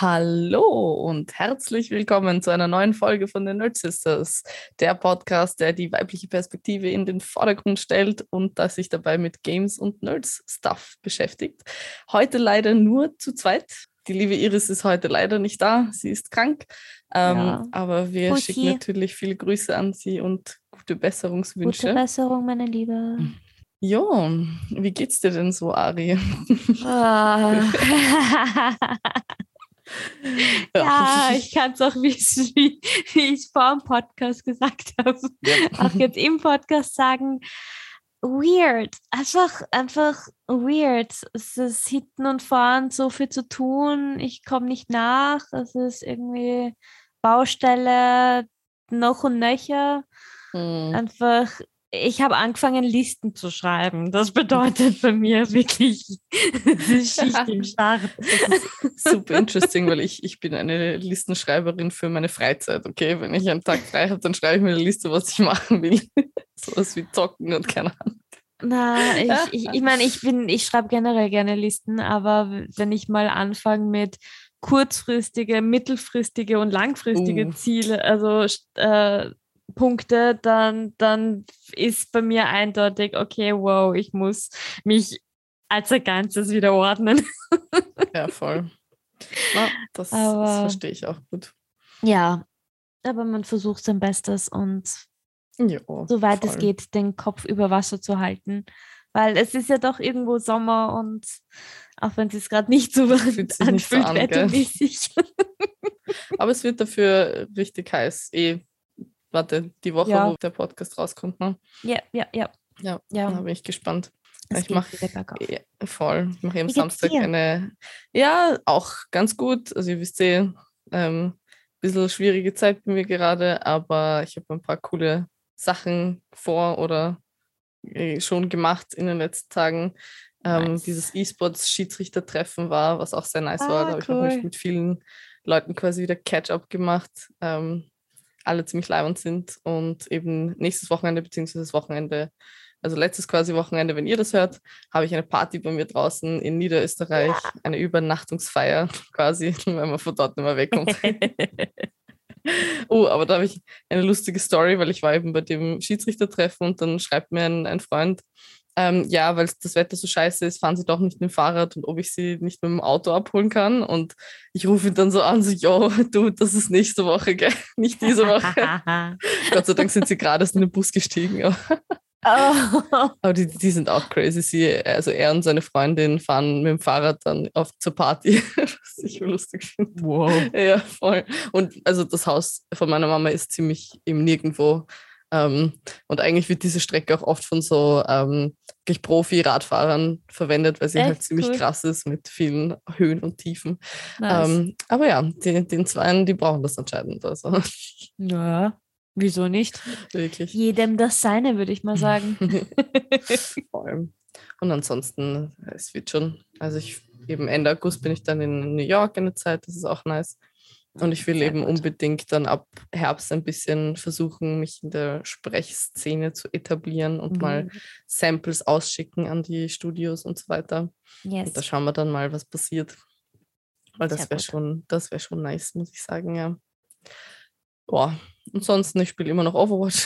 Hallo und herzlich willkommen zu einer neuen Folge von den Nerd Sisters, der Podcast, der die weibliche Perspektive in den Vordergrund stellt und das sich dabei mit Games und Nerds-Stuff beschäftigt. Heute leider nur zu zweit. Die liebe Iris ist heute leider nicht da, sie ist krank, Ja, aber wir schicken Pussy. natürlich viele Grüße an sie und gute Gute Besserungswünsche. Besserung, meine Liebe. Jo, wie geht's dir denn so, Ari? Ah. Ja. Ja, ich kann es auch wissen, wie ich es vor dem Podcast gesagt habe. Yep. Auch jetzt im Podcast sagen, weird. Einfach weird. Es ist hinten und vorn so viel zu tun. Ich komme nicht nach. Es ist irgendwie Baustelle noch und nöcher. Einfach, ich habe angefangen, Listen zu schreiben. Das bedeutet bei mir wirklich, es ist Schicht im Schacht. Das ist super interesting, weil ich bin eine Listenschreiberin für meine Freizeit, okay? Wenn ich einen Tag frei habe, dann schreibe ich mir eine Liste, was ich machen will. Sowas wie zocken und keine Ahnung. Na, ich meine, ich schreibe generell gerne Listen, aber wenn ich mal anfange mit kurzfristige, mittelfristige und langfristige Ziele, also Punkte, dann ist bei mir eindeutig, okay, wow, ich muss mich als ein Ganzes wieder ordnen. Ja, voll. Na, das verstehe ich auch gut. Ja, aber man versucht sein Bestes und Jo, soweit es voll. geht, den Kopf über Wasser zu halten. Weil es ist ja doch irgendwo Sommer und auch wenn es sich gerade nicht so Fühlt sich nicht so anfühlt, an, gell? wettermäßig. Aber es wird dafür richtig heiß. Warte, die Woche, Ja. wo der Podcast rauskommt, ne? Ja. Ja, Ja. da bin ich gespannt. Es Ich geht mache wieder bergauf. voll. Ich mache am Wie geht's Samstag dir? ja, auch ganz gut. Also ihr wisst ein bisschen schwierige Zeit bei mir gerade, aber ich habe ein paar coole Sachen vor oder schon gemacht in den letzten Tagen. Nice. Dieses E-Sports-Schiedsrichtertreffen war, was auch sehr nice war. Da habe ich noch Cool. mit vielen Leuten quasi wieder Catch-up gemacht. Alle ziemlich leibend sind und eben nächstes Wochenende, beziehungsweise das Wochenende, also letztes quasi Wochenende, wenn ihr das hört, habe ich eine Party bei mir draußen in Niederösterreich, eine Übernachtungsfeier quasi, wenn man von dort nicht mehr wegkommt. Oh, aber da habe ich eine lustige Story, weil ich war eben bei dem Schiedsrichtertreffen und dann schreibt mir ein Freund, ja, weil das Wetter so scheiße ist, fahren sie doch nicht mit dem Fahrrad und ob ich sie nicht mit dem Auto abholen kann. Und ich rufe ihn dann so an, so, yo, du, das ist nächste Woche, gell? Nicht diese Woche. Gott sei Dank sind sie gerade erst in den Bus gestiegen. Oh. Aber die sind auch crazy. Also er und seine Freundin fahren mit dem Fahrrad dann zur Party, was ich lustig finde. Wow. Ja, voll. Und also das Haus von meiner Mama ist ziemlich im Nirgendwo. Und eigentlich wird diese Strecke auch oft von so wirklich Profi-Radfahrern verwendet, weil sie halt Echt ziemlich cool. krass ist mit vielen Höhen und Tiefen. Nice. Aber ja, den Zweien, die brauchen das anscheinend. Also Ja, wieso nicht? wirklich. Jedem das Seine, würde ich mal sagen. Vor allem. Und ansonsten, es wird schon, also eben Ende August bin ich dann in New York eine Zeit, das ist auch nice. Und ich will Sehr eben gut. unbedingt dann ab Herbst ein bisschen versuchen, mich in der Sprechszene zu etablieren und mal Samples ausschicken an die Studios und so weiter. Yes. Und da schauen wir dann mal, was passiert. Weil Sehr gut. das wäre schon nice, muss ich sagen, ja. Boah, ansonsten, ich spiele immer noch Overwatch.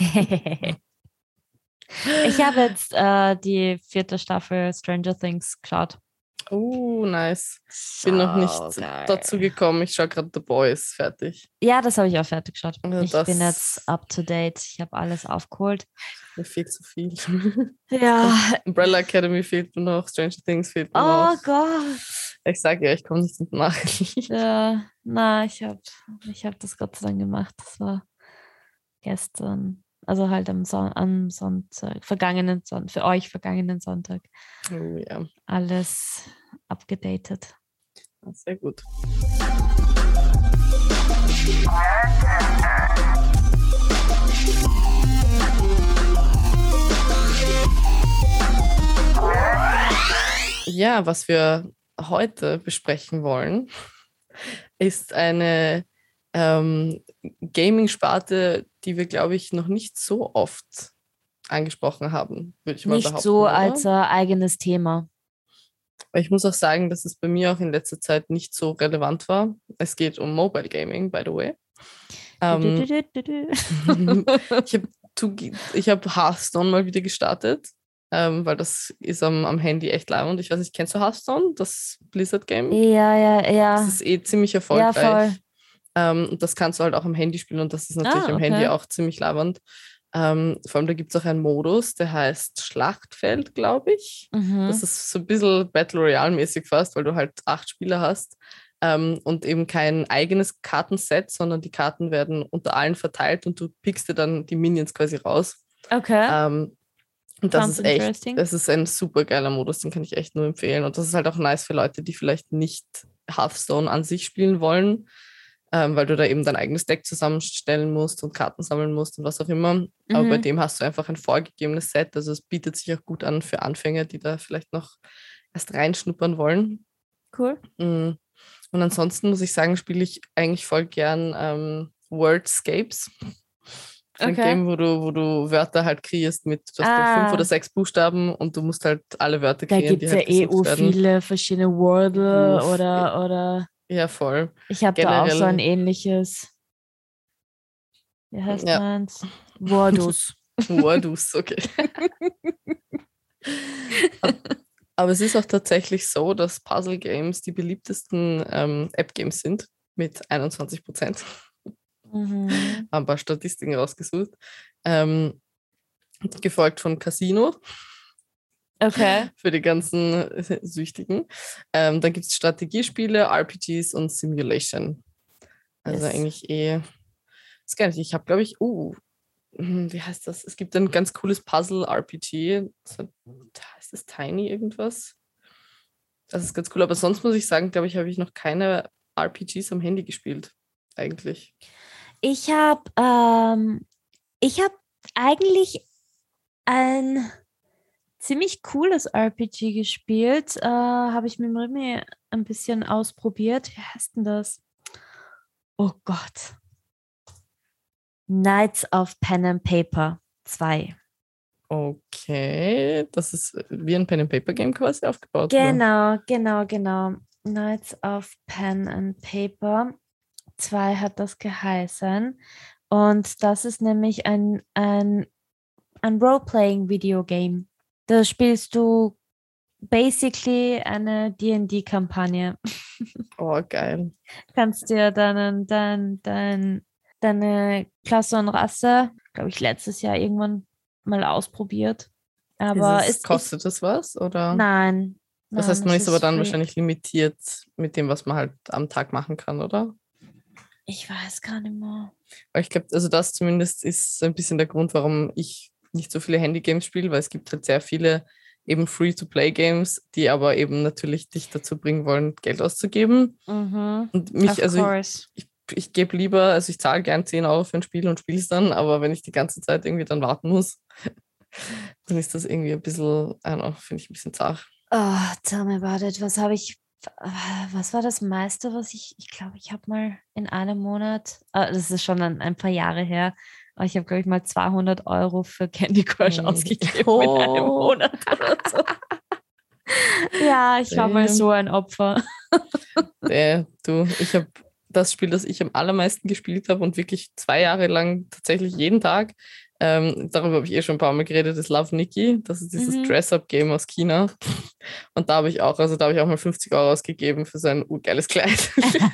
Ich habe jetzt die 4. Staffel Stranger Things geschaut. Oh, nice. Bin noch nicht dazu gekommen. Ich schaue gerade The Boys fertig. Ja, das habe ich auch fertig geschaut. Also Ich bin jetzt up to date. Ich habe alles aufgeholt. Mir fehlt zu viel. Ja. Umbrella Academy fehlt mir noch, Stranger Things fehlt mir Oh noch. Gott. Ich sage ja, ich komme nicht nach. Ja, na, ich hab das Gott sei Dank gemacht. Das war gestern, also halt am Sonntag, für euch vergangenen Sonntag. Oh ja. Alles abgedatet. Sehr gut. Ja, was wir heute besprechen wollen, ist eine Gaming-Sparte, die wir, glaube ich, noch nicht so oft angesprochen haben, würde ich mal Nicht behaupten, so oder? als eigenes Thema. Aber ich muss auch sagen, dass es bei mir auch in letzter Zeit nicht so relevant war. Es geht um Mobile Gaming, by the way. Du. Ich habe ich hab Hearthstone mal wieder gestartet, weil das ist am Handy echt leibend. Ich weiß nicht, kennst du Hearthstone, das Blizzard-Game? Das Ja. ist ziemlich Ja, voll. erfolgreich. Und das kannst du halt auch am Handy spielen und das ist natürlich am Handy Okay. auch ziemlich leibend. Vor allem, da gibt es auch einen Modus, der heißt Schlachtfeld, glaube ich. Das Mhm. ist so ein bisschen Battle Royale-mäßig fast, weil du halt 8 Spieler hast und eben kein eigenes Kartenset, sondern die Karten werden unter allen verteilt und du pickst dir dann die Minions quasi raus. Okay. Ähm, und Sounds interesting. das ist ein super geiler Modus, den kann ich echt nur empfehlen. Und das ist halt auch nice für Leute, die vielleicht nicht Hearthstone an sich spielen wollen, weil du da eben dein eigenes Deck zusammenstellen musst und Karten sammeln musst und was auch immer. Aber bei Mhm. dem hast du einfach ein vorgegebenes Set. Also es bietet sich auch gut an für Anfänger, die da vielleicht noch erst reinschnuppern wollen. Cool. Mm. Und ansonsten muss ich sagen, spiele ich eigentlich voll gern Wordscapes. So ein Okay. Game, wo du Wörter halt kreierst mit, du hast glaub, 5 oder 6 Buchstaben und du musst halt alle Wörter Da kreieren, gibt die es ja halt gesucht werden. viele verschiedene Wordle Uff, oder ja, voll. ich habe da auch so ein Generell, ähnliches. Wie heißt ja, man's? Wordus. Wordus, okay. Aber es ist auch tatsächlich so, dass Puzzle Games die beliebtesten App-Games sind mit 21%. Mhm. Haben ein paar Statistiken rausgesucht. Ähm, Gefolgt von Casino Okay. für die ganzen Süchtigen. Dann gibt es Strategiespiele, RPGs und Simulation. Also Yes. eigentlich ist gar nicht. Ich habe, glaube ich, wie heißt das? Es gibt ein ganz cooles Puzzle-RPG. So, heißt das Tiny irgendwas? Das ist ganz cool. Aber sonst muss ich sagen, glaube ich, habe ich noch keine RPGs am Handy gespielt. Eigentlich. Ich habe ich habe eigentlich ein ziemlich cooles RPG gespielt. Habe ich mit dem Remy ein bisschen ausprobiert. Wie heißt denn das? Oh Gott. Knights of Pen and Paper 2. Okay, das ist wie ein Pen-and-Paper-Game quasi aufgebaut, oder? Genau. Knights of Pen and Paper 2 hat das geheißen. Und das ist nämlich ein Role-Playing-Video-Game. Da spielst du basically eine D&D-Kampagne. Oh, geil. Kannst dir deine Klasse und Rasse, glaube ich, letztes Jahr irgendwann mal ausprobiert. Aber Kostet das was? Oder? nein, Das nein, heißt, man es ist aber ist dann free. wahrscheinlich limitiert mit dem, was man halt am Tag machen kann, oder? Ich weiß gar nicht mehr. Weil ich glaube, also das zumindest ist so ein bisschen der Grund, warum ich nicht so viele Handy-Games spiele, weil es gibt halt sehr viele eben Free-to-Play-Games, die aber eben natürlich dich dazu bringen wollen, Geld auszugeben. Mhm, Und of course. ich gebe lieber, also ich zahle gern 10 Euro für ein Spiel und spiele es dann, aber wenn ich die ganze Zeit irgendwie dann warten muss, dann ist das irgendwie ein bisschen, I don't know, finde ich ein bisschen zart. Oh, tell me about it. Was war das meiste, ich glaube, ich habe mal in einem Monat, das ist schon ein paar Jahre her, aber ich habe, glaube ich, mal 200 € für Candy Crush ausgegeben in einem Oh, Monat oder so. Ja, ich war mal so ein Opfer. ich habe das Spiel, das ich am allermeisten gespielt habe und wirklich 2 Jahre lang tatsächlich jeden Tag, darüber habe ich schon ein paar Mal geredet, ist Love Nikki. Das ist dieses Mhm. Dress-Up-Game aus China. Und da habe ich auch mal 50 Euro ausgegeben für so ein urgeiles Kleid.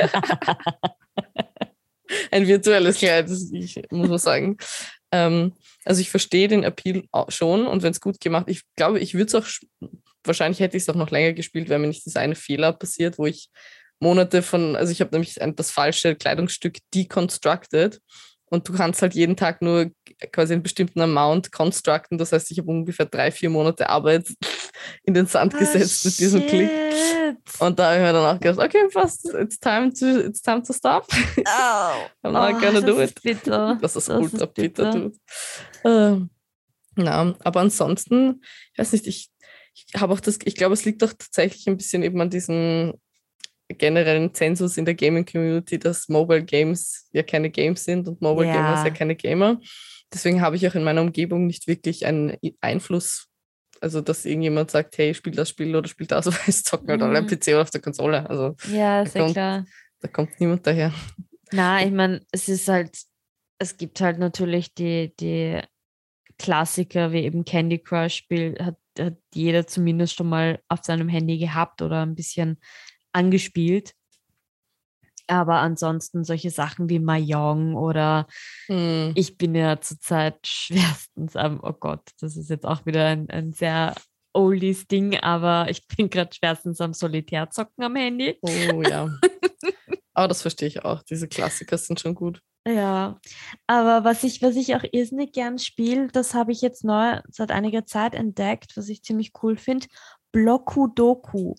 Ein virtuelles Kleid, muss man sagen. Also ich verstehe den Appeal schon und wenn es gut gemacht, ich glaube, ich würde es auch, wahrscheinlich hätte ich es auch noch länger gespielt, wenn mir nicht dieser eine Fehler passiert, wo ich also ich habe nämlich das falsche Kleidungsstück deconstructed und du kannst halt jeden Tag nur quasi einen bestimmten Amount constructen, das heißt, ich habe ungefähr 3, 4 Monate Arbeit in den Sand Oh, gesetzt mit diesem Klick. shit. Und da habe ich mir dann auch gedacht, okay, fast, it's time to stop. Oh, I'm not gonna das do it. ist bitter. Das ist Das ultra ist bitter, bitter. dude. Na, aber ansonsten, ich weiß nicht, ich habe auch ich glaube, es liegt doch tatsächlich ein bisschen eben an diesem generellen Zensus in der Gaming-Community, dass Mobile Games ja keine Games sind und Mobile Gamers ja Ja. keine Gamer. Deswegen habe ich auch in meiner Umgebung nicht wirklich einen Einfluss Also, dass irgendjemand sagt, hey, spiel das Spiel oder spiel das, weil es zocken halt alle am PC oder auf der Konsole. Also Ja, sehr klar. da kommt niemand daher. Na, ich meine, es gibt halt natürlich die Klassiker wie eben Candy Crush Spiel, hat jeder zumindest schon mal auf seinem Handy gehabt oder ein bisschen angespielt. Aber ansonsten solche Sachen wie Mahjong oder ich bin ja zurzeit schwerstens am, oh Gott, das ist jetzt auch wieder ein sehr oldies Ding, aber ich bin gerade schwerstens am Solitärzocken am Handy. Oh ja. Aber das verstehe ich auch. Diese Klassiker sind schon gut. Ja, aber was ich auch irrsinnig gern spiele, das habe ich jetzt neu seit einiger Zeit entdeckt, was ich ziemlich cool finde, Bloku Doku.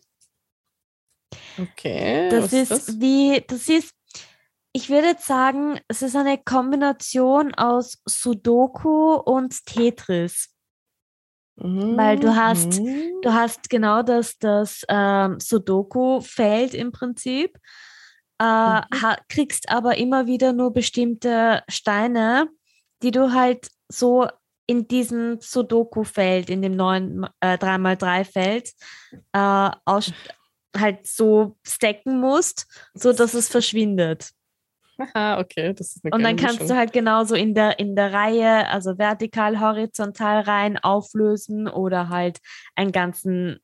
Okay, Das was ist das? ich würde jetzt sagen, es ist eine Kombination aus Sudoku und Tetris. Weil du hast genau das Sudoku-Feld im Prinzip, kriegst aber immer wieder nur bestimmte Steine, die du halt so in diesem Sudoku-Feld, in dem neuen 3x3-Feld, halt so stacken musst, so dass es verschwindet. Aha, okay, das ist eine Und geile dann kannst Mischung. du halt genauso in der Reihe, also vertikal, horizontal rein auflösen oder halt ein ganzes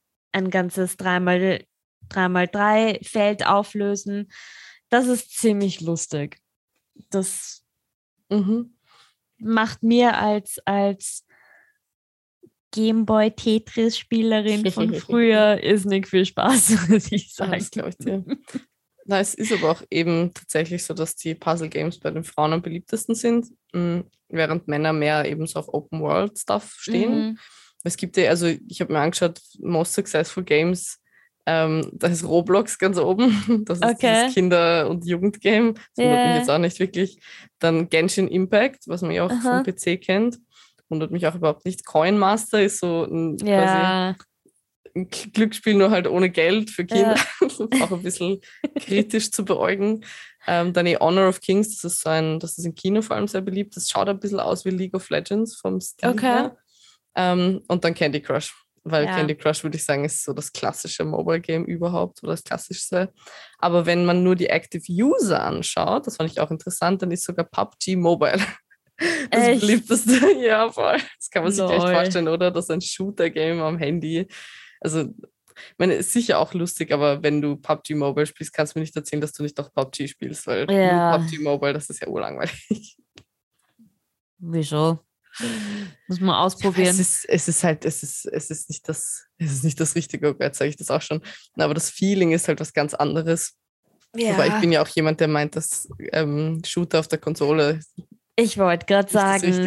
3x3 Feld auflösen. Das ist ziemlich lustig. Das macht mir als Gameboy Tetris-Spielerin von früher irrsinnig viel Spaß, muss ich sagen. Das glaube ich dir. Na, es ist aber auch eben tatsächlich so, dass die Puzzle-Games bei den Frauen am beliebtesten sind, während Männer mehr eben so auf Open-World-Stuff stehen. Es gibt ja, also ich habe mir angeschaut, Most Successful Games, da ist Roblox ganz oben. Das ist dieses Kinder- und Jugendgame. Das wundert mich jetzt auch nicht wirklich. Dann Genshin Impact, was man ja auch vom PC kennt. Wundert mich auch überhaupt nicht. Coin Master ist so quasi ein Glücksspiel, nur halt ohne Geld für Kinder. Das ist auch ein bisschen kritisch zu beäugen. Dann die Honor of Kings, das ist im Kino vor allem sehr beliebt. Das schaut ein bisschen aus wie League of Legends vom Stil her. Und dann Candy Crush. Weil Candy Crush, würde ich sagen, ist so das klassische Mobile-Game überhaupt oder das klassischste. Aber wenn man nur die Active User anschaut, das fand ich auch interessant, dann ist sogar PUBG Mobile das beliebteste. Ja, voll. Das kann man sich echt vorstellen, oder? Das ist ein Shooter-Game am Handy. Also, ich meine, ist sicher auch lustig, aber wenn du PUBG Mobile spielst, kannst du mir nicht erzählen, dass du nicht auch PUBG spielst, weil nur PUBG Mobile, das ist ja urlangweilig. Wieso? Muss man ausprobieren. Es ist nicht das Richtige, jetzt sage ich das auch schon. Aber das Feeling ist halt was ganz anderes. Ja. Aber ich bin ja auch jemand, der meint, dass Shooter auf der Konsole ich wollte gerade sagen,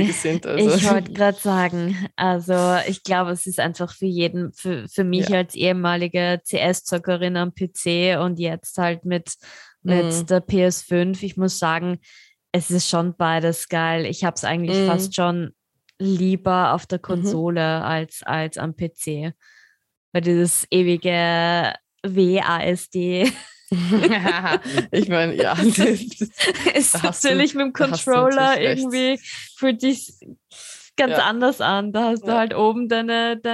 also ich glaube, es ist einfach für jeden, für mich als ehemalige CS-Zockerin am PC und jetzt halt mit der PS5, ich muss sagen, es ist schon beides geil. Ich habe es eigentlich fast schon lieber auf der Konsole als am PC. Weil dieses ewige WASD. Ich meine, ja. ist natürlich mit dem Controller irgendwie fühlt sich ganz anders an. Da hast du halt oben die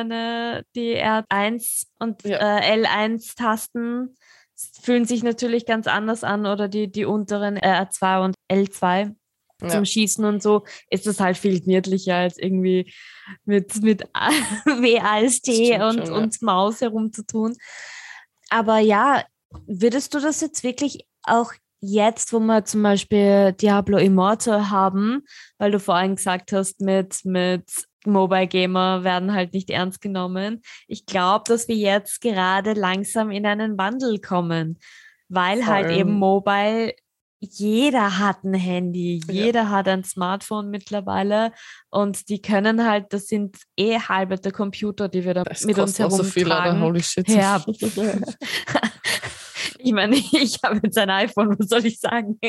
R1 und L1-Tasten fühlen sich natürlich ganz anders an oder die unteren R2 und L2 zum Schießen und so ist es halt viel gemütlicher als irgendwie mit WASD und Maus herumzutun. Aber ja, würdest du das jetzt wirklich auch jetzt, wo wir zum Beispiel Diablo Immortal haben, weil du vorhin gesagt hast, mit Mobile Gamer werden halt nicht ernst genommen. Ich glaube, dass wir jetzt gerade langsam in einen Wandel kommen, weil halt eben Mobile, jeder hat ein Handy, jeder hat ein Smartphone mittlerweile und die können halt, das sind halbe Computer, die wir da mit uns herumtragen. So viel, holy shit. Ja. Ich meine, ich habe jetzt ein iPhone, was soll ich sagen?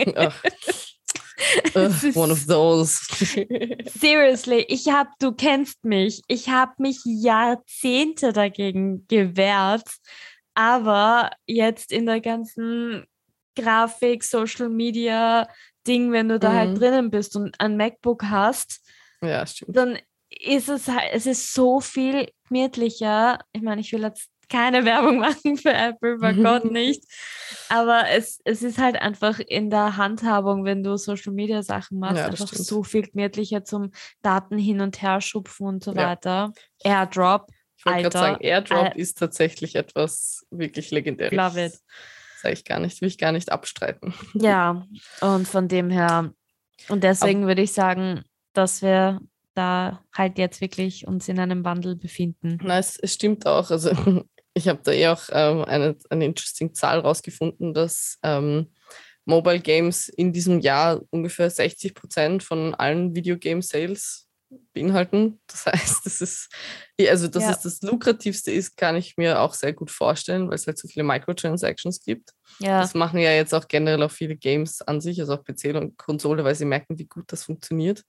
One of those. Seriously, du kennst mich. Ich habe mich Jahrzehnte dagegen gewehrt, aber jetzt in der ganzen Grafik, Social Media Ding, wenn du da halt drinnen bist und ein MacBook hast, ja, stimmt. dann es ist so viel gemütlicher. Ich meine, ich will jetzt keine Werbung machen für Apple, bei Gott nicht. Aber es ist halt einfach in der Handhabung, wenn du Social Media Sachen machst, Ja, das einfach stimmt. so viel gemütlicher zum Daten hin und her schupfen und so Ja. weiter. AirDrop, Ich wollte gerade sagen, Alter. AirDrop ist tatsächlich etwas wirklich Legendäres. Love it. Sag ich gar nicht, will ich gar nicht abstreiten. Ja, und von dem her, und deswegen würde ich sagen, dass wir da halt jetzt wirklich uns in einem Wandel befinden. Na, es stimmt auch. Also ich habe da auch eine interesting Zahl rausgefunden, dass Mobile Games in diesem Jahr ungefähr 60% von allen Videogame-Sales beinhalten. Das heißt, das ist, also dass Ja. es das lukrativste ist, kann ich mir auch sehr gut vorstellen, weil es halt so viele Microtransactions gibt. Ja, Das machen ja jetzt auch generell auch viele Games an sich, also auch PC und Konsole, weil sie merken, wie gut das funktioniert.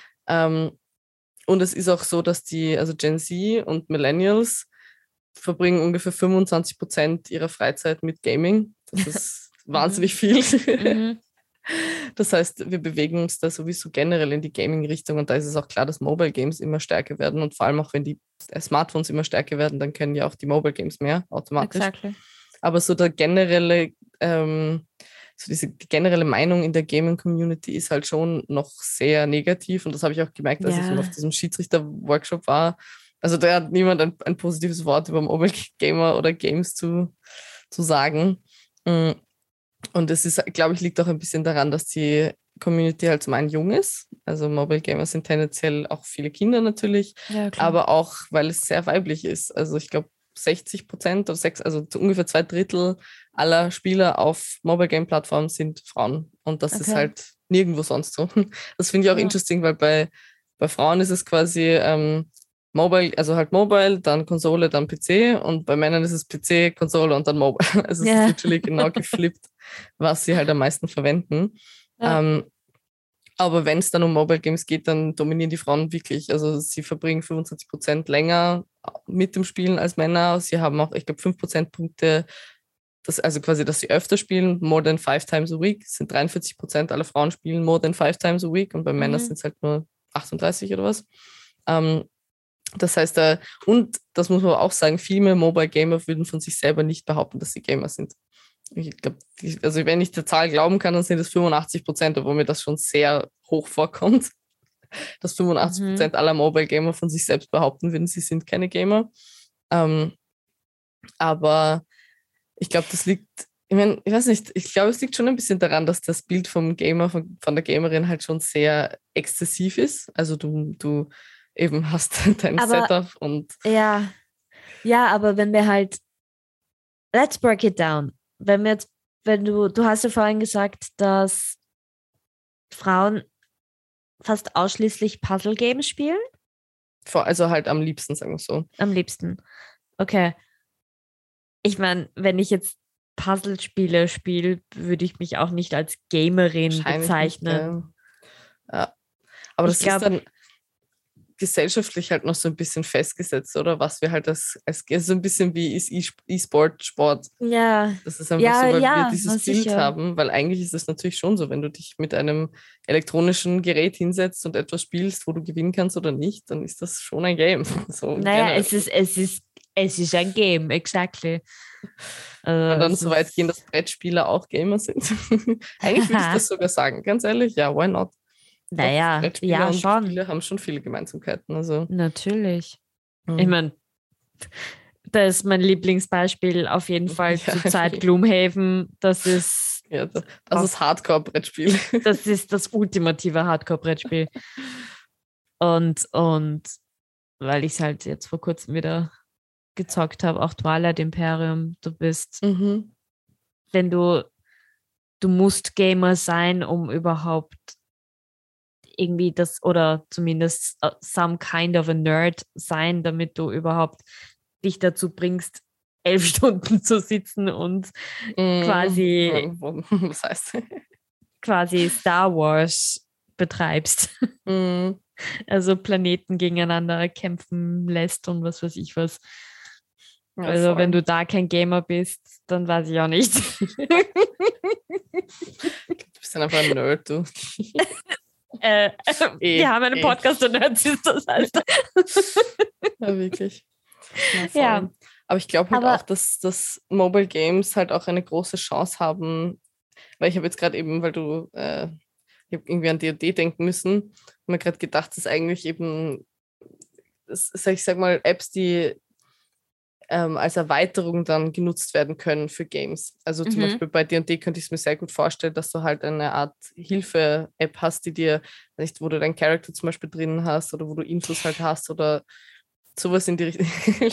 Und es ist auch so, dass also Gen Z und Millennials verbringen ungefähr 25% ihrer Freizeit mit Gaming. Das ist wahnsinnig viel. mhm. Das heißt, wir bewegen uns da sowieso generell in die Gaming-Richtung und da ist es auch klar, dass Mobile Games immer stärker werden und vor allem auch, wenn die Smartphones immer stärker werden, dann können ja auch die Mobile Games mehr automatisch. Exactly. Aber so der generelle, so diese generelle Meinung in der Gaming-Community ist halt schon noch sehr negativ und das habe ich auch gemerkt, als ich eben auf diesem Schiedsrichter-Workshop war. Also da hat niemand ein positives Wort über Mobile Gamer oder Games zu sagen. Und es ist, glaube ich, liegt auch ein bisschen daran, dass die Community halt zum einen jung ist. Also Mobile Gamer sind tendenziell auch viele Kinder natürlich, Ja, klar. aber auch, weil es sehr weiblich ist. Also ich glaube 60% oder also ungefähr 2/3 aller Spieler auf Mobile Game Plattformen sind Frauen. Und das ist halt nirgendwo sonst so. Das finde ich auch interesting, weil bei Frauen ist es quasi Mobile, also halt Mobile, dann Konsole, dann PC und bei Männern ist es PC, Konsole und dann Mobile. Also es ist literally genau geflippt, was sie halt am meisten verwenden. Ja. Aber wenn es dann um Mobile Games geht, dann dominieren die Frauen wirklich. Also sie verbringen 25% länger mit dem Spielen als Männer. Sie haben auch, ich glaube, 5 Prozentpunkte, also quasi, dass sie öfter spielen, more than 5 times a week. Es sind 43% aller Frauen spielen more than 5 times a week und bei Männern sind es halt nur 38 oder was. Das heißt, und das muss man auch sagen, viel mehr Mobile Gamer würden von sich selber nicht behaupten, dass sie Gamer sind. Ich glaube, also wenn ich der Zahl glauben kann, dann sind es 85%, obwohl mir das schon sehr hoch vorkommt, dass 85% aller Mobile Gamer von sich selbst behaupten würden, sie sind keine Gamer. Aber ich glaube, das liegt, ich meine, ich weiß nicht, ich glaube, es liegt schon ein bisschen daran, dass das Bild vom Gamer, von der Gamerin halt schon sehr exzessiv ist. Also du eben hast dein Setup und... Ja, aber wenn wir halt, let's break it down. Wenn du hast ja vorhin gesagt, dass Frauen fast ausschließlich Puzzle-Games spielen? Also halt am liebsten, sagen wir so. Am liebsten. Okay. Ich meine, wenn ich jetzt Puzzle-Spiele spiele, würde ich mich auch nicht als Gamerin bezeichnen. Nicht, ja. Aber das ist dann gesellschaftlich halt noch so ein bisschen festgesetzt, oder? Was wir halt als so ein bisschen wie ist E-Sport. Ja. Das ist einfach so, weil wir dieses Bild haben, weil eigentlich ist es natürlich schon so, wenn du dich mit einem elektronischen Gerät hinsetzt und etwas spielst, wo du gewinnen kannst oder nicht, dann ist das schon ein Game. So naja, es ist ein Game, exactly. Und dann so weit gehen, dass Brettspieler auch Gamer sind. Eigentlich würde ich das sogar sagen, ganz ehrlich, ja, why not? Naja, Brettspieler und schon. Spiele haben schon viele Gemeinsamkeiten. Also. Natürlich. Ich meine, das ist mein Lieblingsbeispiel auf jeden Fall zur Zeit Gloomhaven. Das ist... Ja, das ist Hardcore-Brettspiel. Das ist das ultimative Hardcore-Brettspiel. Und weil ich es halt jetzt vor kurzem wieder gezockt habe, auch Twilight Imperium, du bist, wenn du musst Gamer sein, um überhaupt irgendwie das, oder zumindest some kind of a Nerd sein, damit du überhaupt dich dazu bringst, 11 Stunden zu sitzen und quasi was heißt? quasi Star Wars betreibst. Also Planeten gegeneinander kämpfen lässt und was weiß ich was. Ja, also voll. Wenn du da kein Gamer bist, dann weiß ich auch nicht. Du bist dann einfach ein Nerd, du. wir haben einen Podcast und Nerds ist das heißt. Ja, wirklich. Ja. Aber ich glaube halt auch, dass Mobile Games halt auch eine große Chance haben, weil ich habe jetzt gerade eben, weil du ich habe irgendwie an D&D denken müssen, mir gerade gedacht, dass eigentlich eben, ich sag mal, Apps, die als Erweiterung dann genutzt werden können für Games. Also zum Beispiel bei D&D könnte ich es mir sehr gut vorstellen, dass du halt eine Art Hilfe-App hast, die dir, nicht, wo du deinen Charakter zum Beispiel drin hast oder wo du Infos halt hast oder sowas in die Richtung.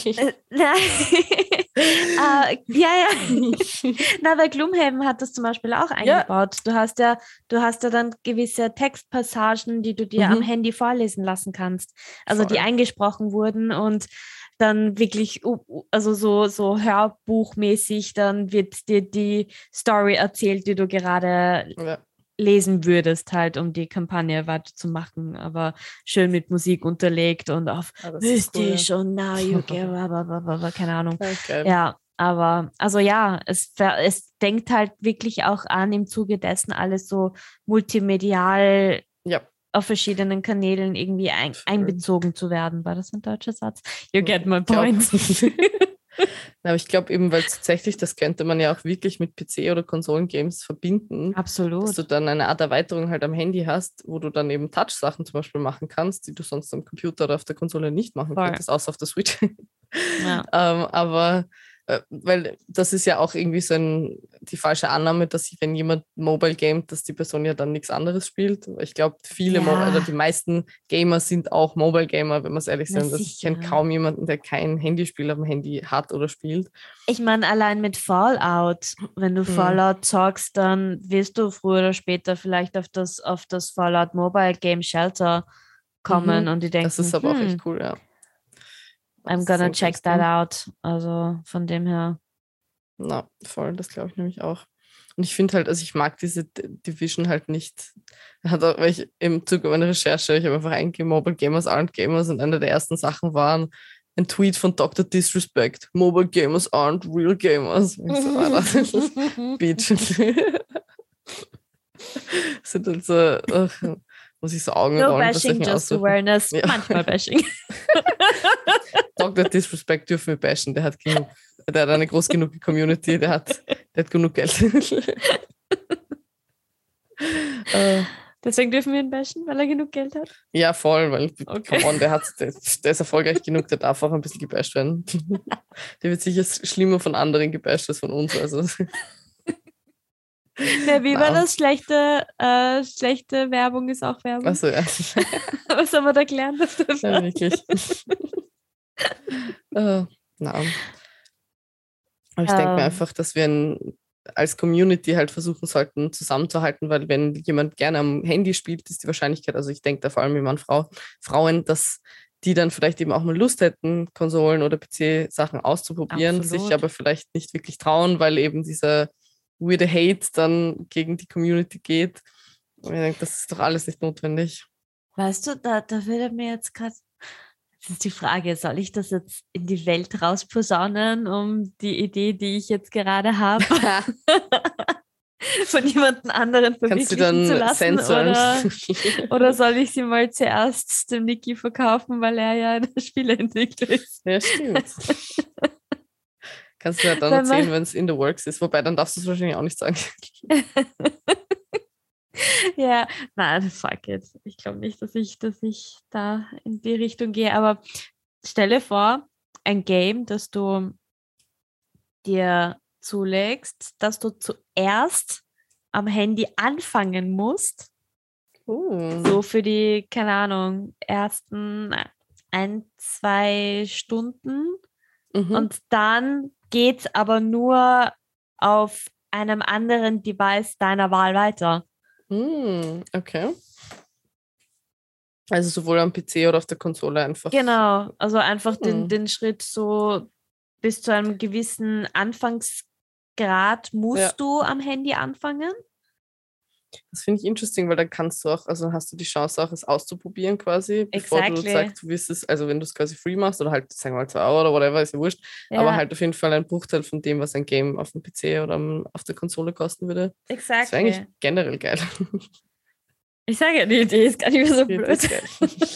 Ja. Na, weil Gloomhaven hat das zum Beispiel auch eingebaut. Du hast ja dann gewisse Textpassagen, die du dir am Handy vorlesen lassen kannst. Also die eingesprochen wurden und dann wirklich, also so hörbuchmäßig, dann wird dir die Story erzählt, die du gerade lesen würdest, halt, um die Kampagne weiterzumachen, aber schön mit Musik unterlegt und auf mystisch und now you give, keine Ahnung. Okay. Ja, aber, also ja, es denkt halt wirklich auch an, im Zuge dessen alles so multimedial auf verschiedenen Kanälen irgendwie einbezogen zu werden. War das ein deutscher Satz? You get my point. Aber ich glaube eben, weil tatsächlich, das könnte man ja auch wirklich mit PC- oder Konsolengames verbinden. Absolut. Dass du dann eine Art Erweiterung halt am Handy hast, wo du dann eben Touch-Sachen zum Beispiel machen kannst, die du sonst am Computer oder auf der Konsole nicht machen könntest, außer auf der Switch. Ja. Aber weil das ist ja auch irgendwie so die falsche Annahme, dass wenn jemand Mobile gamet, dass die Person ja dann nichts anderes spielt. Ich glaube, oder die meisten Gamer sind auch Mobile Gamer, wenn wir es ehrlich sind. Ich kenne kaum jemanden, der kein Handyspiel auf dem Handy hat oder spielt. Ich meine, allein mit Fallout, wenn du Fallout zockst, dann wirst du früher oder später vielleicht auf das Fallout Mobile Game Shelter kommen und die denken, das ist aber auch echt cool, ja. I'm gonna check that out. Also von dem her. Na, voll, das glaube ich nämlich auch. Und ich finde halt, also ich mag diese Division halt nicht. Weil ich im Zuge meiner Recherche, ich habe einfach eingegeben, Mobile Gamers aren't Gamers und eine der ersten Sachen waren ein Tweet von Dr. Disrespect. Mobile Gamers aren't real gamers. Und ich so, das ist Bitch. Sind halt so, muss ich so Augen no rollen. Bashing, just awareness. Ja. Manchmal Bashing. Dr. Disrespect dürfen wir bashen, der hat eine groß genug Community, der hat genug Geld. Deswegen dürfen wir ihn bashen, weil er genug Geld hat? Ja, voll, weil come on, der ist erfolgreich genug, der darf auch ein bisschen gebasht werden. Der wird sicher schlimmer von anderen gebasht als von uns. Also. Ja, wie war das? Schlechte Werbung ist auch Werbung. Achso, ja. Was haben wir da gelernt? Ja, wirklich. Na. Aber ich denke mir einfach, dass wir als Community halt versuchen sollten, zusammenzuhalten, weil wenn jemand gerne am Handy spielt, ist die Wahrscheinlichkeit, also ich denke da vor allem wie Frauen, dass die dann vielleicht eben auch mal Lust hätten, Konsolen oder PC-Sachen auszuprobieren, sich aber vielleicht nicht wirklich trauen, weil eben dieser weirde Hate dann gegen die Community geht. Und ich denke, das ist doch alles nicht notwendig. Weißt du, da würde mir jetzt gerade, das ist die Frage, soll ich das jetzt in die Welt rausposaunen, um die Idee, die ich jetzt gerade habe, von jemandem anderen verwirklichen zu lassen? Oder soll ich sie mal zuerst dem Niki verkaufen, weil er ja der Spieleentwickler ist? Ja, stimmt. Kannst du ja dann erzählen, wenn es in the works ist. Wobei, dann darfst du es wahrscheinlich auch nicht sagen. Ja, nein, fuck it. Ich glaube nicht, dass ich da in die Richtung gehe. Aber stelle vor, ein Game, das du dir zulegst, dass du zuerst am Handy anfangen musst. So für die, keine Ahnung, ersten 1-2 Stunden. Und dann geht's aber nur auf einem anderen Device deiner Wahl weiter. Okay. Also sowohl am PC oder auf der Konsole einfach. Genau, also einfach den Schritt so bis zu einem gewissen Anfangsgrad musst du am Handy anfangen. Das finde ich interesting, weil dann kannst du auch, also hast du die Chance auch, es auszuprobieren quasi, bevor du sagst, du wirst es, also wenn du es quasi free machst oder halt, sagen wir mal 2 Euro oder whatever, ist ja wurscht, aber halt auf jeden Fall ein Bruchteil von dem, was ein Game auf dem PC oder auf der Konsole kosten würde. Exactly. Das wäre eigentlich generell geil. Ich sage ja, die Idee ist gar nicht mehr so Die Idee blöd. ist geil.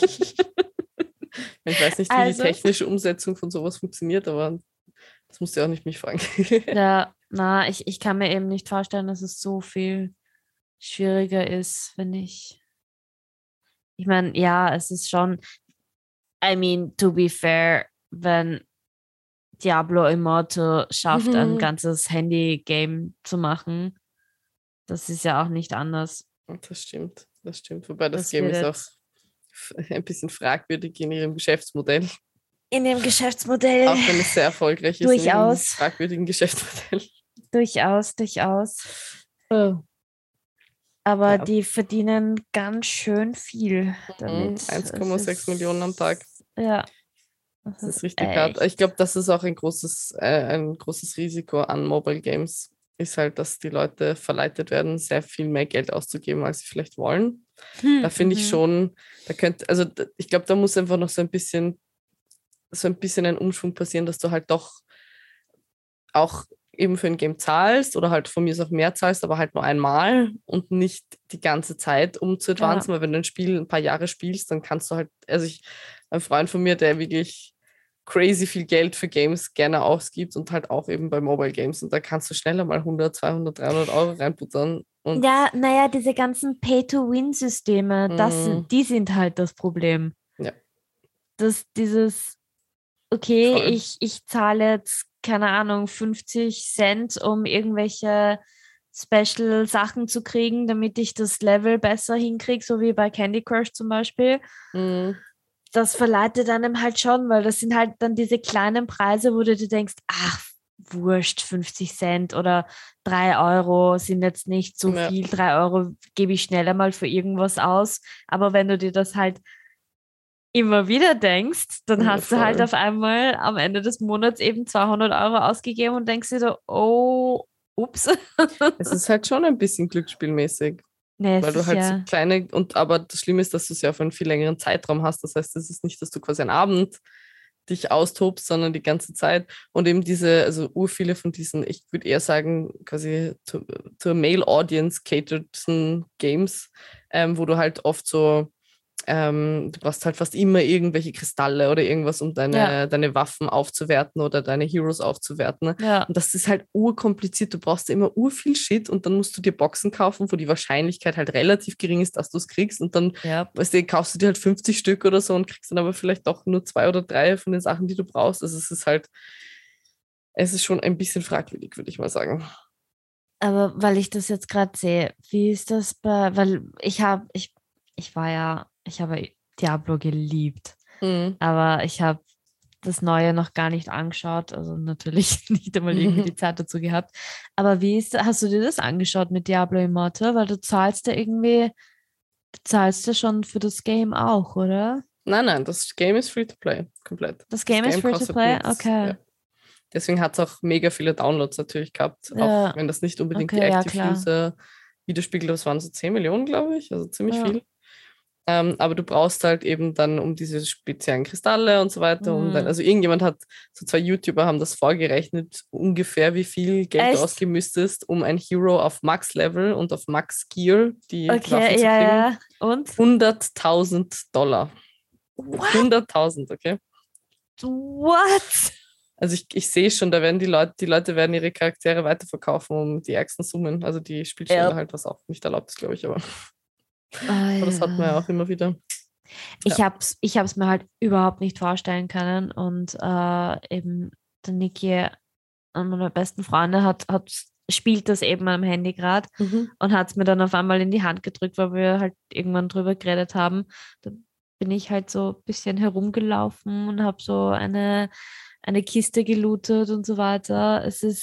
Ich weiß nicht, wie die technische Umsetzung von sowas funktioniert, aber das musst du ja auch nicht mich fragen. Ja, ich kann mir eben nicht vorstellen, dass es so viel schwieriger ist, wenn ich meine, ja, es ist schon, I mean, to be fair, wenn Diablo Immortal schafft, ein ganzes Handy-Game zu machen, das ist ja auch nicht anders. Das stimmt, das stimmt. Wobei das Das Game wird ist auch jetzt ein bisschen fragwürdig in ihrem Geschäftsmodell. in dem Geschäftsmodell Auch wenn es sehr erfolgreich ist in ihrem durchaus, fragwürdigen Geschäftsmodell. durchaus. Aber Ja. die verdienen ganz schön viel damit. 1,6 Millionen am Tag. Ja. Das ist richtig hart. Ich glaube, das ist auch ein großes Risiko an Mobile Games, ist halt, dass die Leute verleitet werden, sehr viel mehr Geld auszugeben, als sie vielleicht wollen. Da finde ich schon, ich glaube, da muss einfach noch so ein bisschen ein Umschwung passieren, dass du halt doch auch eben für ein Game zahlst oder halt von mir aus auch mehr zahlst, aber halt nur einmal und nicht die ganze Zeit, um zu advancen, weil wenn du ein Spiel ein paar Jahre spielst, dann kannst du halt, ein Freund von mir, der wirklich crazy viel Geld für Games gerne ausgibt und halt auch eben bei Mobile Games und da kannst du schneller mal 100, 200, 300 Euro reinputtern. Und ja, naja, diese ganzen Pay-to-Win-Systeme, die sind halt das Problem. Ja. Okay, Voll. ich zahle jetzt, keine Ahnung, 50 Cent, um irgendwelche Special-Sachen zu kriegen, damit ich das Level besser hinkriege, so wie bei Candy Crush zum Beispiel. Das verleitet einem halt schon, weil das sind halt dann diese kleinen Preise, wo du dir denkst, ach, wurscht, 50 Cent oder 3 Euro sind jetzt nicht so viel. 3 Euro gebe ich schneller mal für irgendwas aus. Aber wenn du dir das halt immer wieder denkst, dann hast du halt auf einmal am Ende des Monats eben 200 Euro ausgegeben und denkst dir so, oh, ups. Es ist halt schon ein bisschen glücksspielmäßig. Nee, weil du halt so kleine, aber das Schlimme ist, dass du es ja auf einen viel längeren Zeitraum hast. Das heißt, es ist nicht, dass du quasi einen Abend dich austobst, sondern die ganze Zeit. Und eben also urviele von diesen, ich würde eher sagen, quasi to male audience catered Games, wo du halt oft so du brauchst halt fast immer irgendwelche Kristalle oder irgendwas, um deine Waffen aufzuwerten oder deine Heroes aufzuwerten. Ja. Und das ist halt urkompliziert. Du brauchst immer urviel Shit und dann musst du dir Boxen kaufen, wo die Wahrscheinlichkeit halt relativ gering ist, dass du es kriegst. Und dann kaufst du dir halt 50 Stück oder so und kriegst dann aber vielleicht doch nur 2 oder 3 von den Sachen, die du brauchst. Also es ist schon ein bisschen fragwürdig, würde ich mal sagen. Aber weil ich das jetzt gerade sehe, wie ist das weil ich habe Diablo geliebt, aber ich habe das Neue noch gar nicht angeschaut, also natürlich nicht einmal irgendwie die Zeit dazu gehabt. Aber hast du dir das angeschaut mit Diablo Immortal? Weil du zahlst ja schon für das Game auch, oder? Nein, das Game ist free to play, komplett. Das Game ist free to play? Okay. Ja. Deswegen hat es auch mega viele Downloads natürlich gehabt, auch wenn das nicht unbedingt die Active User widerspiegelt. Das waren so 10 Millionen, glaube ich, also ziemlich viel. Aber du brauchst halt eben dann um diese speziellen Kristalle und so weiter. Also irgendjemand so 2 YouTuber haben das vorgerechnet, ungefähr wie viel Geld du ausgeben müsstest, um ein Hero auf Max-Level und auf Max-Gear, die Waffen zu kriegen. Ja. Und? $100.000. What? 100.000, okay? What? Also ich sehe schon, da werden die Leute werden ihre Charaktere weiterverkaufen um die ärgsten Summen. Also die Spielstände halt, was auch nicht erlaubt ist, glaube ich, aber das hat man ja auch immer wieder. Ich hab's mir halt überhaupt nicht vorstellen können und eben der Niki, einer meiner besten Freunde, spielt das eben am Handy gerade und hat es mir dann auf einmal in die Hand gedrückt, weil wir halt irgendwann drüber geredet haben. Da bin ich halt so ein bisschen herumgelaufen und habe so eine Kiste gelootet und so weiter. Ich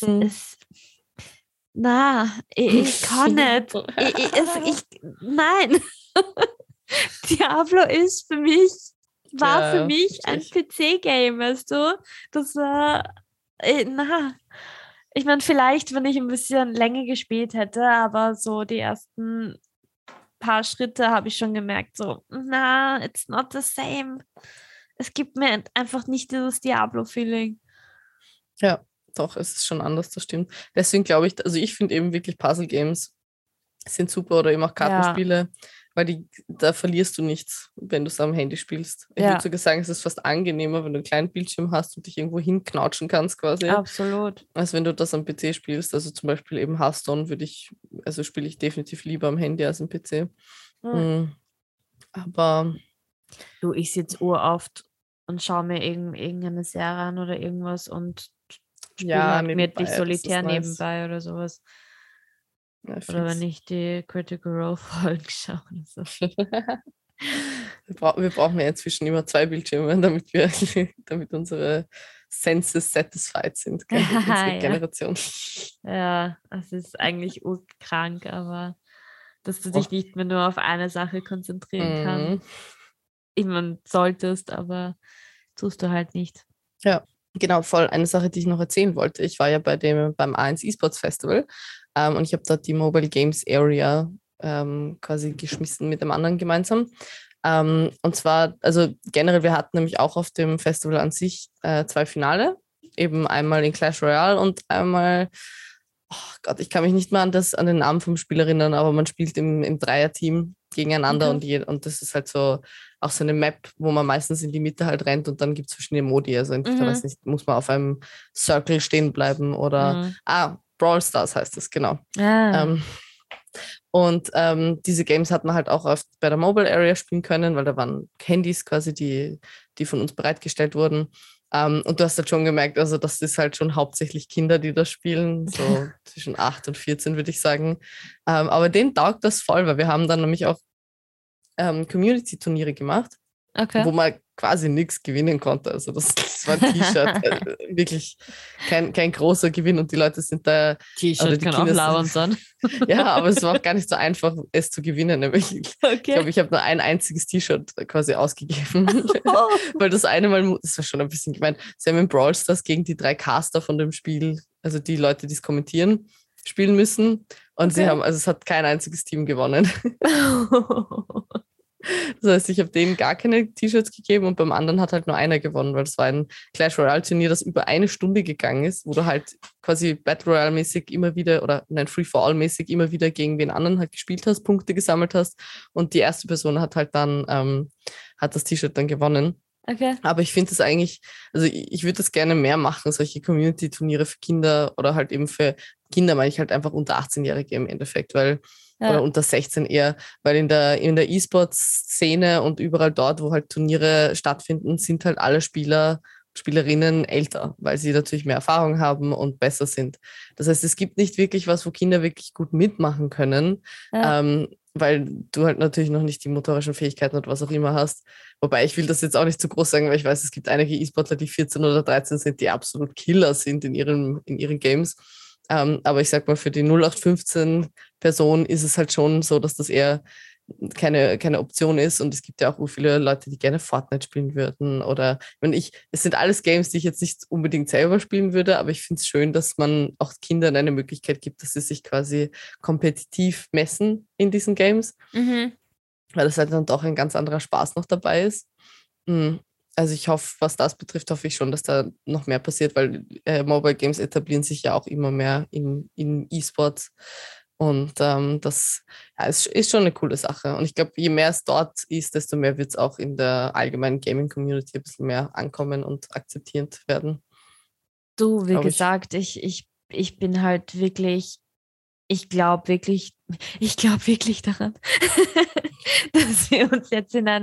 kann nicht. Nein. Diablo war für mich ein PC-Game, weißt du? Das war, ich meine, vielleicht, wenn ich ein bisschen länger gespielt hätte, aber so die ersten paar Schritte habe ich schon gemerkt, so, it's not the same. Es gibt mir einfach nicht dieses Diablo-Feeling. Ja, doch, es ist schon anders, das stimmt. Deswegen glaube ich, also ich finde eben wirklich Puzzle-Games sind super oder eben auch Kartenspiele. weil da verlierst du nichts, wenn du es am Handy spielst. Ich Ja. würde sogar sagen, es ist fast angenehmer, wenn du einen kleinen Bildschirm hast und dich irgendwo hinknautschen kannst quasi, Absolut. als wenn du das am PC spielst. Also zum Beispiel eben Hearthstone spiele ich definitiv lieber am Handy als am PC. Hm. Aber Du, ich sitze uroft und schaue mir irgendeine Serie an oder irgendwas und spiele ja, halt gemütlich nebenbei, das ist Solitär nice. nebenbei oder sowas. Ja, Oder fix. wenn ich die Critical Role Folgen schaue. Oder so. Wir brauchen ja inzwischen immer 2 Bildschirme, damit unsere Senses satisfied sind, gell? Unsere Ja. Generation. Ja, es ist eigentlich urkrank, aber dass du dich nicht mehr nur auf eine Sache konzentrieren kannst. Ich meine, solltest, aber tust du halt nicht. Ja, genau, voll. Eine Sache, die ich noch erzählen wollte. Ich war ja beim A1 eSports Festival und ich habe dort die Mobile Games Area quasi geschmissen mit dem anderen gemeinsam. Und zwar, also generell, wir hatten nämlich auch auf dem Festival an sich 2 Finale. Eben einmal in Clash Royale und einmal, oh Gott, ich kann mich nicht mehr an den Namen vom Spiel erinnern, aber man spielt im Dreierteam gegeneinander und das ist halt so auch so eine Map, wo man meistens in die Mitte halt rennt und dann gibt es verschiedene Modi. Also entweder, weiß nicht, muss man auf einem Circle stehen bleiben oder, Brawl Stars heißt das, genau. Und diese Games hat man halt auch oft bei der Mobile Area spielen können, weil da waren Handys quasi, die von uns bereitgestellt wurden. Und du hast halt schon gemerkt, also das ist halt schon hauptsächlich Kinder, die das spielen, so zwischen 8 und 14 würde ich sagen. Aber denen taugt das voll, weil wir haben dann nämlich auch Community-Turniere gemacht, wo man quasi nichts gewinnen konnte. Also das war ein T-Shirt, wirklich kein großer Gewinn und die Leute sind da. T-Shirt kann auch lauern sein. Ja, aber es war auch gar nicht so einfach, es zu gewinnen. Nämlich. Ich glaube, ich habe nur ein einziges T-Shirt quasi ausgegeben. Weil das eine Mal, das war schon ein bisschen gemein, sie haben in Brawl Stars gegen die 3 Caster von dem Spiel, also die Leute, die es kommentieren, spielen müssen. Und es hat kein einziges Team gewonnen. Das heißt, ich habe denen gar keine T-Shirts gegeben und beim anderen hat halt nur einer gewonnen, weil es war ein Clash Royale-Turnier, das über 1 Stunde gegangen ist, wo du halt quasi Battle Royale-mäßig immer wieder oder Free-for-All-mäßig immer wieder gegen wen anderen halt gespielt hast, Punkte gesammelt hast und die erste Person hat halt dann hat das T-Shirt dann gewonnen. Okay. Aber ich finde es eigentlich, also ich würde das gerne mehr machen, solche Community-Turniere für Kinder oder halt eben für Kinder, meine ich halt einfach unter 18-Jährige im Endeffekt, weil oder unter 16 eher, weil in der E-Sports-Szene und überall dort, wo halt Turniere stattfinden, sind halt alle Spielerinnen älter, weil sie natürlich mehr Erfahrung haben und besser sind. Das heißt, es gibt nicht wirklich was, wo Kinder wirklich gut mitmachen können, weil du halt natürlich noch nicht die motorischen Fähigkeiten oder was auch immer hast. Wobei ich will das jetzt auch nicht zu groß sagen, weil ich weiß, es gibt einige E-Sportler, die 14 oder 13 sind, die absolut Killer sind in ihren Games. Aber ich sag mal, für die 0815-Person ist es halt schon so, dass das eher keine Option ist. Und es gibt ja auch viele Leute, die gerne Fortnite spielen würden. Oder es sind alles Games, die ich jetzt nicht unbedingt selber spielen würde, aber ich finde es schön, dass man auch Kindern eine Möglichkeit gibt, dass sie sich quasi kompetitiv messen in diesen Games. Weil das halt dann doch ein ganz anderer Spaß noch dabei ist. Also ich hoffe, was das betrifft, hoffe ich schon, dass da noch mehr passiert, weil Mobile Games etablieren sich ja auch immer mehr in E-Sports. Und das ist schon eine coole Sache. Und ich glaube, je mehr es dort ist, desto mehr wird es auch in der allgemeinen Gaming-Community ein bisschen mehr ankommen und akzeptiert werden. Du, wie gesagt, ich bin halt wirklich, ich glaube wirklich daran, dass wir uns jetzt in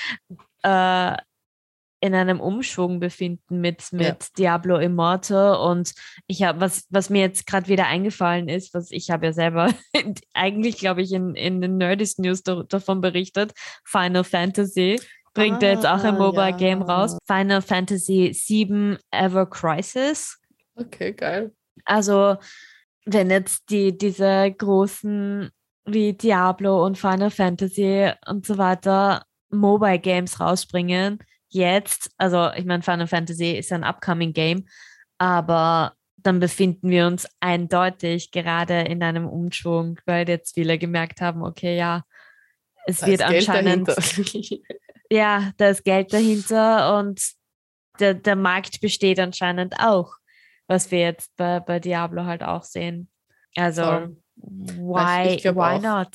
einem Umschwung befinden mit Diablo Immortal und was mir jetzt gerade wieder eingefallen ist, ich habe ja selber eigentlich, glaube ich, in den Nerdist News davon berichtet, Final Fantasy bringt ja jetzt auch ein Mobile Game raus, Final Fantasy VII Ever Crisis. Okay, geil. Also wenn jetzt diese großen wie Diablo und Final Fantasy und so weiter Mobile Games rausbringen, jetzt, also ich meine, Final Fantasy ist ein upcoming Game, aber dann befinden wir uns eindeutig gerade in einem Umschwung, weil jetzt viele gemerkt haben, okay, ja, es wird anscheinend, ja, da ist Geld dahinter und der Markt besteht anscheinend auch, was wir jetzt bei Diablo halt auch sehen. Also, why not?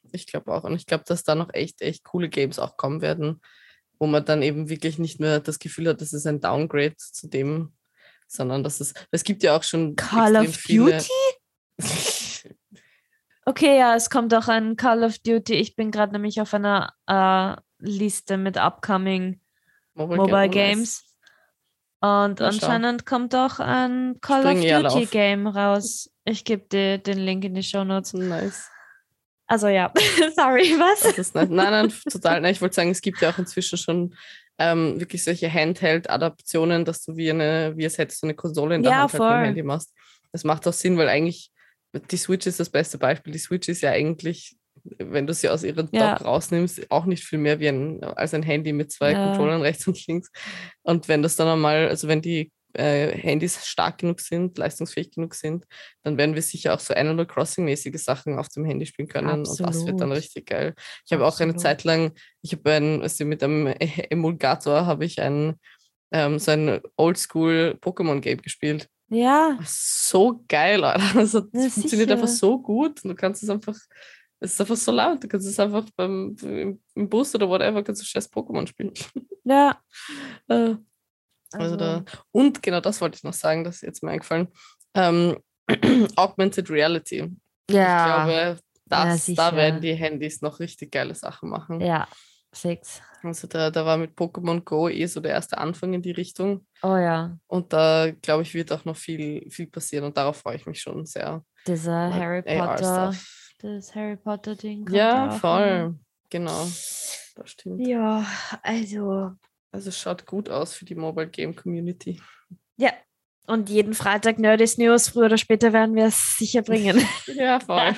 ich glaube auch. Und ich glaube, dass da noch echt coole Games auch kommen werden, wo man dann eben wirklich nicht mehr das Gefühl hat, das ist ein Downgrade zu dem, sondern es gibt ja auch schon Call of viele. Duty? Okay, ja, es kommt auch ein Call of Duty. Ich bin gerade nämlich auf einer Liste mit upcoming Mobile Games. Und anscheinend kommt auch ein Call of Duty Game raus. Ich gebe dir den Link in die Shownotes. Nice. Also ja, sorry, was? Das ist nice. Nein, total. Nein, ich wollte sagen, es gibt ja auch inzwischen schon wirklich solche Handheld-Adaptionen, dass du wie als hättest du eine Konsole in der Hand halt beim Handy machst. Das macht auch Sinn, weil eigentlich die Switch ist das beste Beispiel. Die Switch ist ja eigentlich, wenn du sie aus ihrem Dock rausnimmst, auch nicht viel mehr als ein Handy mit 2 Controllern rechts und links. Und wenn das dann einmal, also wenn die Handys stark genug sind, leistungsfähig genug sind, dann werden wir sicher auch so Animal Crossing-mäßige Sachen auf dem Handy spielen können. Absolut. Und das wird dann richtig geil. Ich habe auch eine Zeit lang, mit einem Emulgator habe ich so ein Oldschool Pokémon-Game gespielt. Ja. So geil, Alter. Also, das funktioniert einfach so gut. Du kannst es einfach, es ist einfach so laut. Du kannst es einfach im Bus oder whatever, kannst du scheiß Pokémon spielen. Ja. Und genau das wollte ich noch sagen, das ist jetzt mir eingefallen. Augmented Reality. Ja. Ich glaube, da werden die Handys noch richtig geile Sachen machen. Ja, fix. Also da war mit Pokémon Go so der erste Anfang in die Richtung. Oh ja. Und da, glaube ich, wird auch noch viel, viel passieren und darauf freue ich mich schon sehr. Dieser Harry Potter, das Harry Potter Ding. Ja, voll. Genau. Das stimmt. Ja, also es schaut gut aus für die Mobile Game Community. Ja, und jeden Freitag Nerdies News, früher oder später werden wir es sicher bringen. Ja, voll.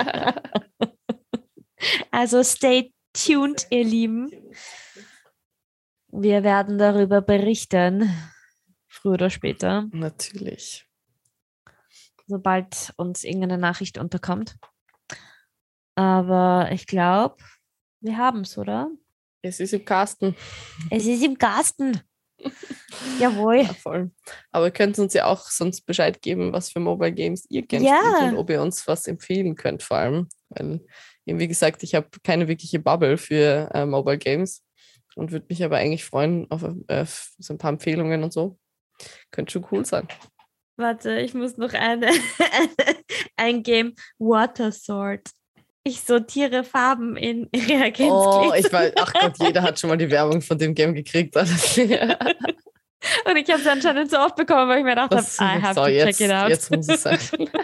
Also stay tuned, ihr Lieben. Wir werden darüber berichten, früher oder später. Natürlich. Sobald uns irgendeine Nachricht unterkommt. Aber ich glaube, wir haben es, oder? Es ist im Kasten. Es ist im Kasten. Jawohl. Ja, voll. Aber ihr könnt uns ja auch sonst Bescheid geben, was für Mobile Games ihr kennt und ob ihr uns was empfehlen könnt vor allem. Weil, wie gesagt, ich habe keine wirkliche Bubble für Mobile Games und würde mich aber eigentlich freuen auf so ein paar Empfehlungen und so. Könnte schon cool sein. Warte, ich muss noch ein Game, Water Sword. Ich sortiere Farben in Reagenzgläser. Oh, ich weiß, ach Gott, jeder hat schon mal die Werbung von dem Game gekriegt. Und ich habe es anscheinend so oft bekommen, weil ich mir gedacht habe, I have to check it out. Jetzt muss es sein.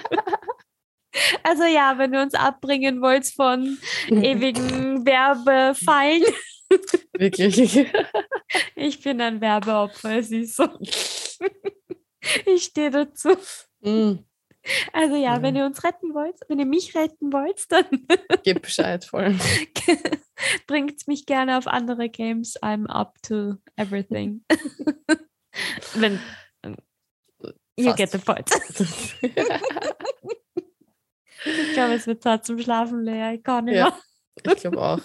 Also ja, wenn ihr uns abbringen wollt von ewigen Werbefallen. Wirklich. Ich bin ein Werbeopfer, siehst du. Ich stehe dazu. Also ja, wenn ihr uns retten wollt, wenn ihr mich retten wollt, dann gebt Bescheid voll. Bringt mich gerne auf andere Games. I'm up to everything. Wenn you get the point. Ich glaube, es wird Zeit zum Schlafen, Lea. Ich kann nicht mehr. Ich glaube auch.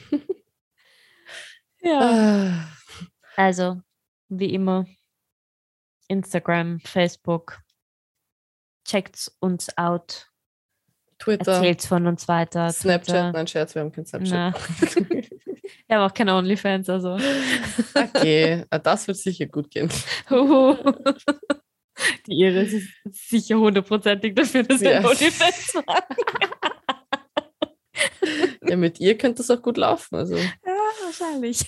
Ja. Also, wie immer, Instagram, Facebook. Checkt uns out. Twitter. Erzählt von uns weiter. Snapchat, Twitter. nein, Scherz, wir haben kein Snapchat. Wir haben auch keine OnlyFans, also. Okay, das wird sicher gut gehen. Die Iris ist sicher 100%ig dafür, dass wir OnlyFans machen. Ja, mit ihr könnte das auch gut laufen. Also. Ja, wahrscheinlich.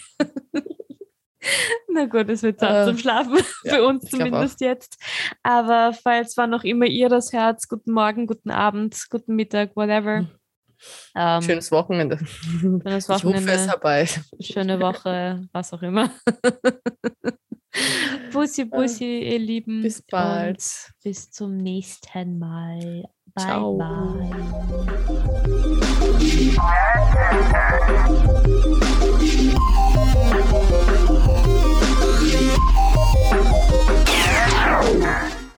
Na gut, es wird Zeit zum Schlafen, für uns zumindest jetzt. Aber falls wann noch immer ihr das Herz, guten Morgen, guten Abend, guten Mittag, whatever. Schönes Wochenende. Schönes Wochenende. Ich rufe es herbei. Schöne Woche, was auch immer. Bussi, bussi, ihr Lieben. Bis bald. Und bis zum nächsten Mal. Bye, Ciao. bye.